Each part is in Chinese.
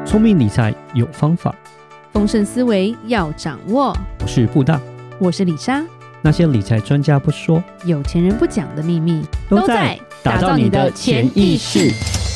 聪明理财有方法， 丰盛思维要掌握。 我是布大， 我是李莎。 那些理财专家不说， 有钱人不讲的秘密， 都在打造你的潜意识。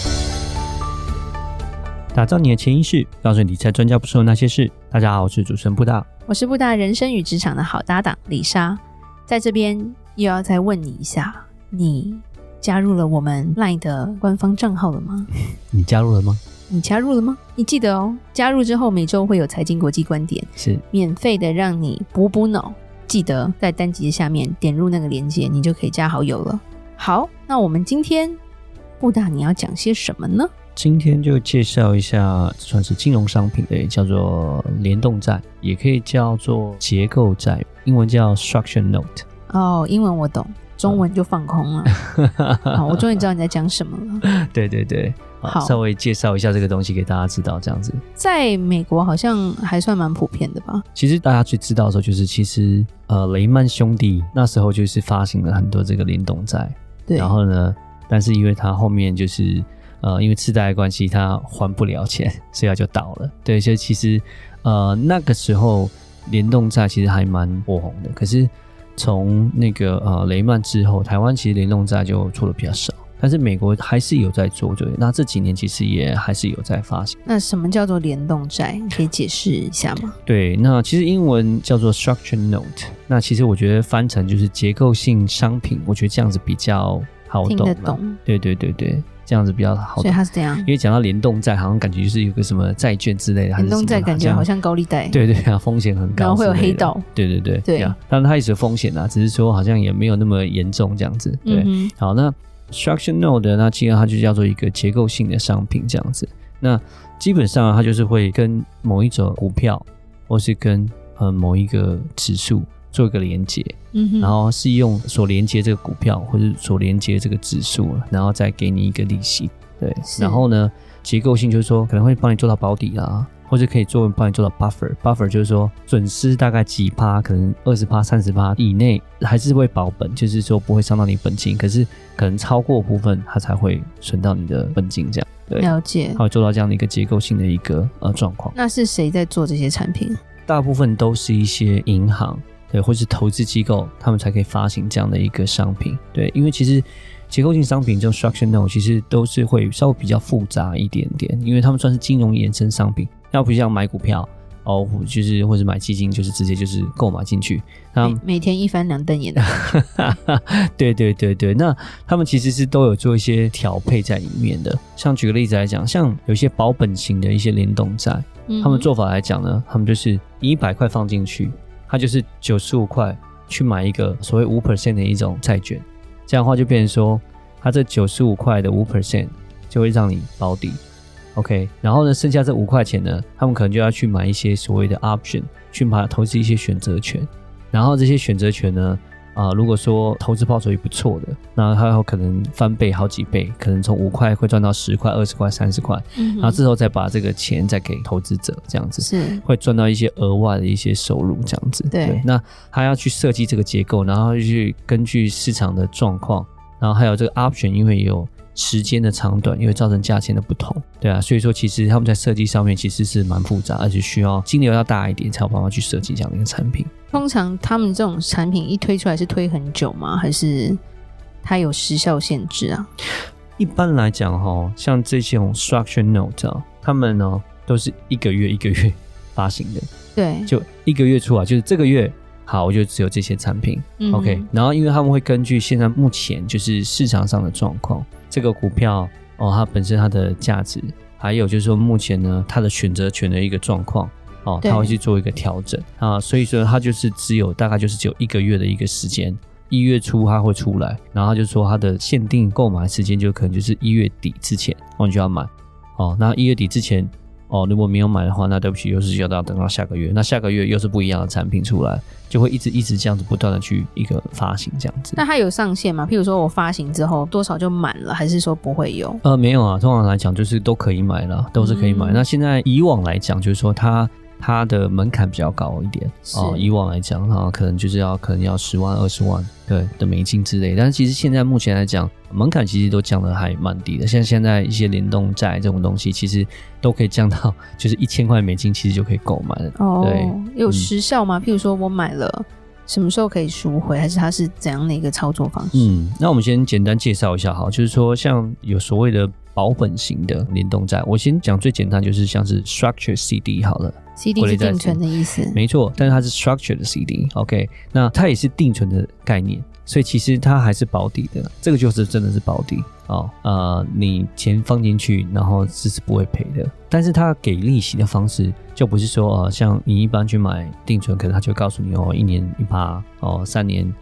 打造你的潜意识，告诉你理财专家不说的那些事。大家好，我是主持人布大， 我是布大人生与职场的好搭档李莎。在这边又要再问你一下，你加入了我们 LINE 的官方账号了吗？ 你加入了吗？ 你加入了吗？你记得哦，加入之后每周会有财经国际观点， 是免费的让你补脑。记得在单集的下面点入那个连结，你就可以加好友了。好，那我们今天布大你要讲些什么呢？ 今天就介绍一下算是金融商品的，叫做联动债，也可以叫做结构债，英文叫 structure note。 哦，英文我懂，中文就放空了。好，我终于知道你在讲什么了。 对对对，好，稍微介绍一下这个东西给大家知道，这样子。在美国好像还算蛮普遍的吧。 其实大家最知道的时候，就是其实雷曼兄弟那时候就是发行了很多这个联动债， 对。 然后呢，但是因为他后面就是因为次贷的关系，他还不了钱，所以他就倒了。对，所以其实那个时候联动债其实还蛮火红的。可是从那个雷曼之后，台湾其实联动债就做的比较少。但是美国还是有在做，对，那这几年其实也还是有在发行。 那什么叫做联动债？你可以解释一下吗？ 对，那其实英文叫做 structure note， 那其实我觉得翻成就是结构性商品，我觉得这样子比较好懂， 听得懂。 对对对对，这样子比较好懂。 所以它是这样，因为讲到联动债，好像感觉就是有个什么债券之类的， 联动债感觉好像高利贷， 对对啊，风险很高， 然后会有黑道， 对对对对啊， 但它也是有风险啊，只是说好像也没有那么严重这样子。对，好，那structure note 那其实它就叫做一个结构性的商品这样子。那基本上它就是会跟某一种股票或是跟某一个指数做一个连结，然后是用所连接这个股票或者所连接这个指数，然后再给你一个利息。对，然后呢，结构性就是说可能会帮你做到保底啦，或者可以帮你做到 buffer 就是说损失大概几%，可能20%、30% 以内还是会保本，就是说不会伤到你本金，可是可能超过部分它才会损到你的本金这样。对， 了解， 它会做到这样的一个结构性的一个状况。 那是谁在做这些产品？ 大部分都是一些银行，对，或是投资机构，他们才可以发行这样的一个商品。对，因为其实结构性商品这种 structure note 其实都是会稍微比较复杂一点点，因为他们算是金融衍生商品，要不像买股票就是或者买基金，就是直接就是购买进去， 每天一翻两瞪眼的感觉。对对对对，那他们其实是都有做一些调配在里面的。像举个例子来讲，像有一些保本型的一些联动债，他们做法来讲呢，他们就是100块放进去，它就是95块去买一个所谓 5% 的一种债券，这样的话就变成说它这95块的 5% 就会让你保底。OK， 然后呢，剩下这5块钱呢，他们可能就要去买一些所谓的 option， 去投资一些选择权。然后这些选择权呢，如果说投资报酬率不错的，那它有可能翻倍好几倍，可能从5块会赚到10块、20块、30块，然后之后再把这个钱再给投资者，这样子是会赚到一些额外的一些收入，这样子。对，那他要去设计这个结构，然后去根据市场的状况，然后还有这个 option， 因为有时间的长短也会造成价钱的不同，对啊，所以说其实他们在设计上面其实是蛮复杂，而且需要金流要大一点才有办法去设计这样的一个产品。 通常他们这种产品一推出来是推很久吗？还是它有时效限制啊？ 一般来讲像这种 structure note 他们呢都是一个月发行的， 对， 就一个月出来，就是这个月好，我就只有这些产品，OK。然后因为他们会根据现在目前就是市场上的状况，这个股票它本身它的价值，还有就是说目前呢它的选择权的一个状况，它会去做一个调整啊，所以说它就是大概就是只有一个月的一个时间，1月初它会出来，然后他就说它的限定购买时间就可能就是1月底之前，你就要买那1月底之前如果没有买的话，那对不起，又是要等到下个月，那下个月又是不一样的产品出来，就会一直这样子不断的去一个发行这样子。 那它有上限吗？譬如说我发行之后多少就满了，还是说不会有？ 没有啊，通常来讲就是都可以买了，都是可以买。那现在以往来讲就是说它它的门槛比较高一点以往来讲可能就是要10万20万对的美金之类，但是其实现在目前来讲门槛其实都降得还蛮低的，像现在一些联动债这种东西其实都可以降到就是1000块美金其实就可以购买了。对， 有时效吗？譬如说我买了什么时候可以赎回，还是它是怎样的一个操作方式？ 那我们先简单介绍一下就是说像有所谓的保本型的联动债，我先讲最简单，就是像是 structured CD 好了。 CD 是定存的意思， 没错，但是它是 structured 的 CD，OK， 那它也是定存的概念，所以其实它还是保底的，这个就是真的是保底你钱放进去，然后是不会赔的，但是它给利息的方式就不是说像你一般去买定存，可能它就会告诉你1年 1%3年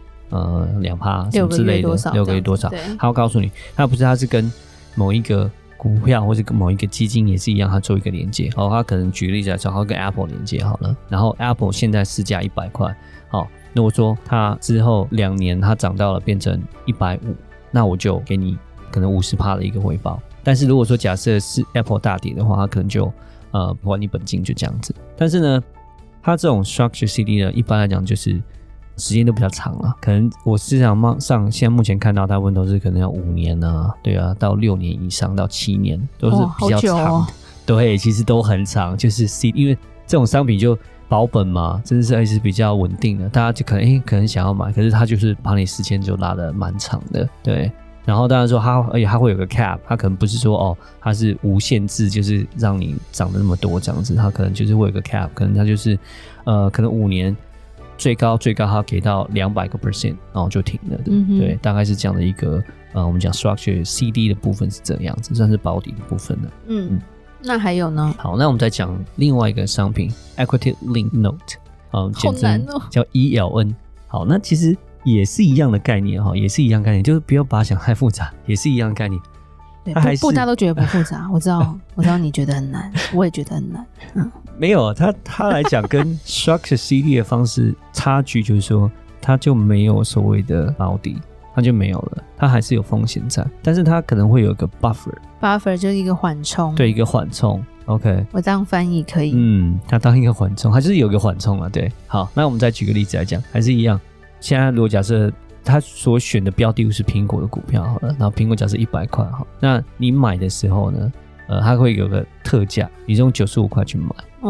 2%什么之类的，6个月多少，它会告诉你，它不是，它是跟某一个股票或者某一个基金也是一样，它做一个连接它可能举个例子来说，它跟 Apple 连接好了，然后 Apple 现在市价100块如果说它之后2年它涨到了变成150，那我就给你可能 50% 的一个回报，但是如果说假设是 Apple 大跌的话，它可能就不还你本金，就这样子。但是呢它这种 structure CD 呢一般来讲就是时间都比较长了，可能我市场上现在目前看到大部分都是可能要5年对啊，到6年以上到7年都是比较长对，其实都很长，就是因为这种商品就保本嘛，真的是还是比较稳定的，大家就可能想要买，可是它就是把你时间就拉得蛮长的，对。然后当然说而且它会有个 cap， 它可能不是说它是无限制，就是让你涨得那么多这样子，它可能就是会有个 cap， 可能它就是可能5年最高它给到200%，然后就停了的，对，大概是这样的一个我们讲 structure CD 的部分是这样子，算是保底的部分了。 那还有呢？ 好，那我们再讲另外一个商品 Equity Link Note，简称叫 ELN。好，那其实也是一样的概念也是一样概念，就是不要把它想太复杂，也是一样的概念。 对，大家都觉得不复杂，我知道你觉得很难，我也觉得很难。 没有，它来讲跟 structure CD 的方式差距就是说，它就没有所谓的保底，它就没有了，它还是有风险在，但是它可能会有一个 buffer 就是一个缓冲， 对，一个缓冲。OK， 我这样翻译可以。 它当一个缓冲，它就是有一个缓冲了。对，好，那我们再举个例子来讲，还是一样。现在如果假设他所选的标的物是苹果的股票好了，然后苹果假设100块好，那你买的时候呢，它会有个特价，你用95块去买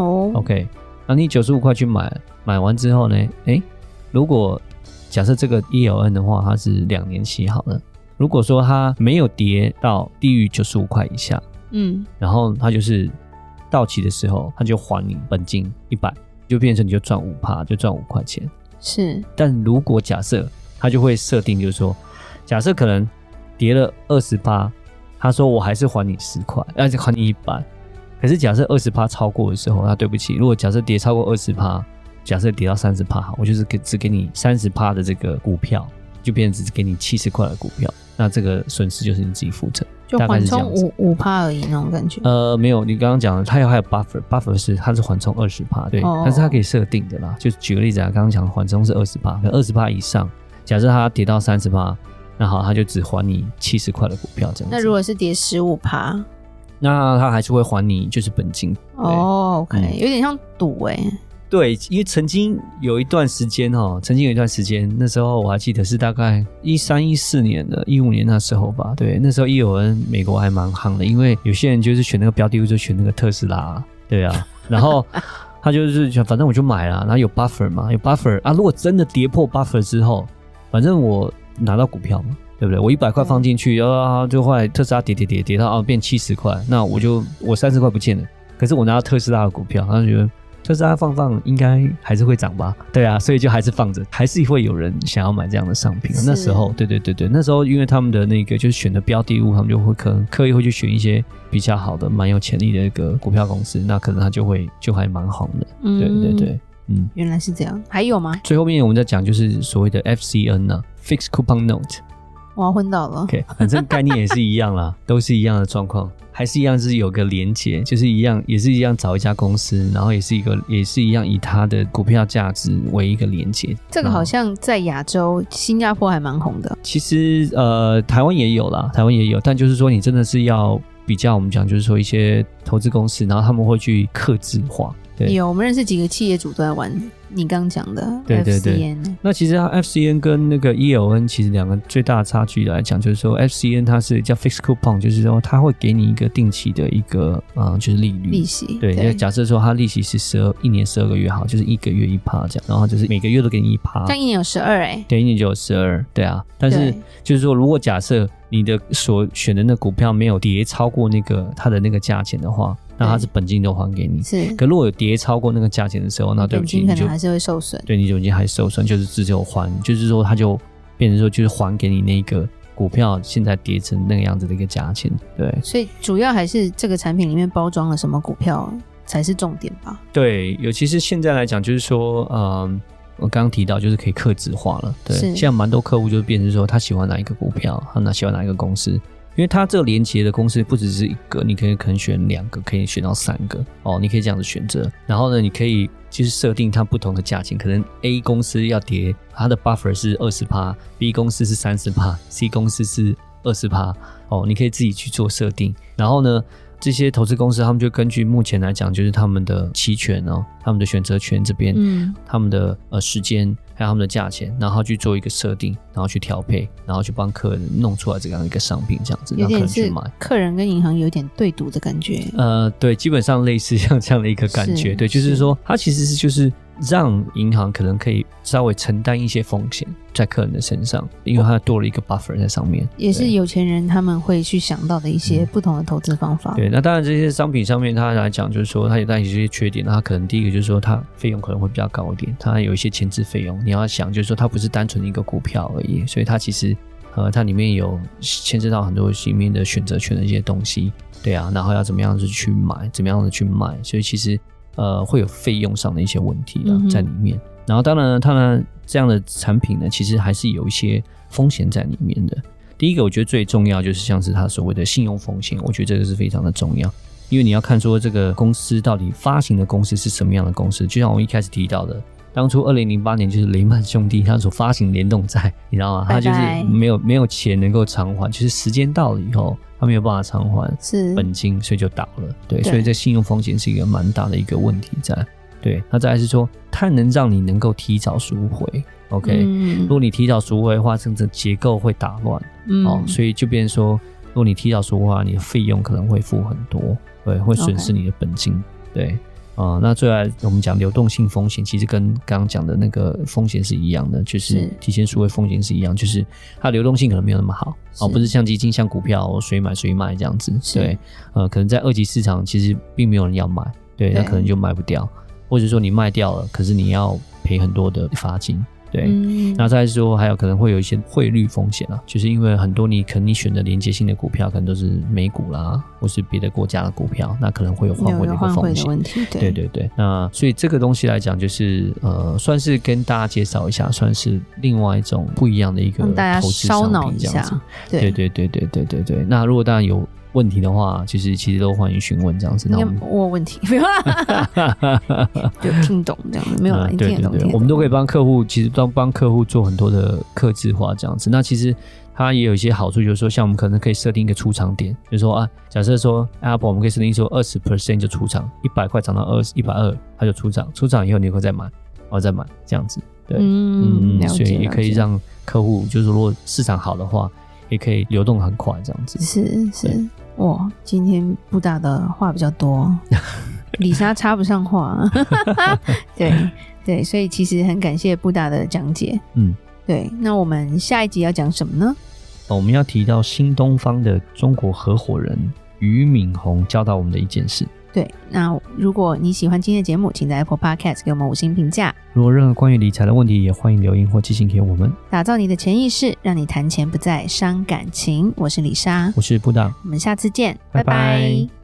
OK， 那你95块去买完之后呢，如果假设这个 ELN 的话，它是2年期好了，如果说它没有跌到低于95块以下，然后它就是到期的时候，它就还你本金100，就变成你就赚 5%， 就赚5块钱。 是， 但如果假设他就会设定，就是说，假设可能跌了20%，他说我还是还你10块，而且还你100。可是假设20%超过的时候，对不起，如果假设跌超过20%，假设跌到30%，我就是只给你30%的这个股票，就变成只给你70块的股票，那这个损失就是你自己负责。 就缓冲 5% 而已那种感觉。 没有，你刚刚讲的，它还有 buffer 是它是缓冲 20%， 对，但是它可以设定的啦。就举个例子刚刚讲的缓冲是 20%， 可 20% 以上，假设它跌到30%，那好，它就只还你70块的股票这样子。 那如果是跌 15%， 那它还是会还你就是本金。 OK，有点像赌对，因为曾经有一段时间，那时候我还记得是大概13、14年的15年那时候吧。对，那时候ELN美国还蛮夯的，因为有些人就是选那个标的物就选那个特斯拉，对啊，然后他就是反正我就买了，然后有 buffer 嘛，有 buffer 啊，如果真的跌破 buffer 之后，反正我拿到股票嘛，对不对？我100块放进去，就后来特斯拉跌到变70块，那我30块不见了，可是我拿到特斯拉的股票，他就觉得特斯拉放应该还是会涨吧，对啊，所以就还是放着，还是会有人想要买这样的商品。那时候，对，那时候因为他们的那个就是选的标的物，他们就会可能刻意会去选一些比较好的、蛮有潜力的一个股票公司，那可能它就还蛮红的。对， 原来是这样。还有吗？ 最后面我们在讲就是所谓的 FCN 啊 ，Fixed Coupon Note。 我要昏倒了。 OK， 反正概念也是一样啦，都是一样的状况。还是一样是有个连结，就是也是一样找一家公司，然后也是一样以它的股票价值为一个连结。 这个好像在亚洲新加坡还蛮红的。 其实台湾也有啦，但就是说你真的是要比较我们讲就是说一些投资公司，然后他们会去客制化。对， 有我们认识几个企业主都在玩你刚讲的 FCN。 那其实它 FCN 跟那个 ELN 其实两个最大的差距来讲，就是说 FCN 它是叫 fixed coupon， 就是说它会给你一个定期的一个就是利率利息。 对，假设说它利息是一年12个月好，就是1个月1%这样，然后就是每个月都给你1%， 这样一年有12 对，一年就有12，对啊。但是就是说如果假设你的所选的那股票没有跌超过那个它的那个价钱的话，那它是本金都还给你。 是， 可如果有跌超过那个价钱的时候，那对不起， 本金可能还是会受损。 对，你就已经还受损，就是只有还，就是说它就变成说就是还给你那个股票现在跌成那个样子的一个价钱。对， 所以主要还是这个产品里面包装了什么股票才是重点吧？对， 尤其是现在来讲，就是说我刚刚提到就是可以客制化了。对，现在蛮多客户就变成说他喜欢哪一个股票，他喜欢哪一个公司。因为它这个连结的公司不只是一个，你可能选2个，可以选到3个哦，你可以这样子选择。然后呢，你可以就是设定它不同的价钱，可能 A 公司要跌，它的 buffer 是 20%，B 公司是 30%，C 公司是 20%哦，你可以自己去做设定。然后呢，这些投资公司他们就根据目前来讲，就是他们的期权哦，他们的选择权这边，他们的时间还有他们的价钱，然后去做一个设定，然后去调配，然后去帮客人弄出来这样一个商品，这样子让客人去买。 客人跟银行有点对赌的感觉。 对，基本上类似像这样的一个感觉。对，就是说它其实是就是让银行可能可以稍微承担一些风险在客人的身上，因为它多了一个 buffer 在上面。 也是有钱人他们会去想到的一些不同的投资方法。 对，那当然这些商品上面它来讲，就是说它有一些缺点，它可能第一个就是说它费用可能会比较高一点，它有一些前置费用。你要想就是说它不是单纯一个股票而已，所以它其实它里面有牵涉到很多里面的选择权的一些东西。对啊，然后要怎么样子去买，怎么样子去卖，所以其实会有费用上的一些问题在里面。然后当然这样的产品呢，其实还是有一些风险在里面的。第一个我觉得最重要就是像是它所谓的信用风险，我觉得这个是非常的重要，因为你要看说这个公司到底发行的公司是什么样的公司。就像我一开始提到的，当初2008年就是雷曼兄弟他所发行联动债，你知道吗？他就是没有钱能够偿还，就是时间到了以后他没有办法偿还本金，所以就倒了。对，所以这信用风险是一个蛮大的一个问题在。对，那再来是说它能让你能够提早赎回。OK，如果你提早赎回的话，整个结构会打乱。所以就变成说，如果你提早赎回的话，你的费用可能会付很多，对，会损失你的本金。对。那最后我们讲流动性风险，其实跟刚刚讲的那个风险是一样的，就是提前赎回风险是一样，就是它流动性可能没有那么好，不是像基金像股票谁买谁卖这样子。对，可能在二级市场其实并没有人要买，对，那可能就卖不掉，或者说你卖掉了，可是你要赔很多的罚金。对，那再来说还有可能会有一些汇率风险就是因为很多你选择连接性的股票可能都是美股啦，或是别的国家的股票，那可能会有换汇的一个风险。对，那所以这个东西来讲就是算是跟大家介绍一下，算是另外一种不一样的一个投资商品这样子。对，那如果当然有问题的话，其实都欢迎询问这样子。 我有问题，没有就听懂这样子，没有啦，你听得懂。 我们都可以帮客户，其实帮客户做很多的客制化这样子。那其实它也有一些好处，就是说像我们可能可以设定一个出场点，就是说假设说 Apple 我们可以设定说 20% 就出场，100块涨到120，它就出场以后你会再买，然后再买这样子。对，所以也可以让客户就是如果市场好的话，也可以流动很快这样子。 是。哇，今天布大的话比较多，李莎插不上话。对，所以其实很感谢布大的讲解。对，那我们下一集要讲什么呢？ 我们要提到新东方的中国合伙人俞敏洪教导我们的一件事。 对，那如果你喜欢今天的节目，请在 Apple Podcast 给我们5星评价。 如果任何关于理财的问题，也欢迎留言或寄信给我们。 打造你的潜意识，让你谈钱不再伤感情。我是李莎， 我是布大， 我们下次见，拜拜。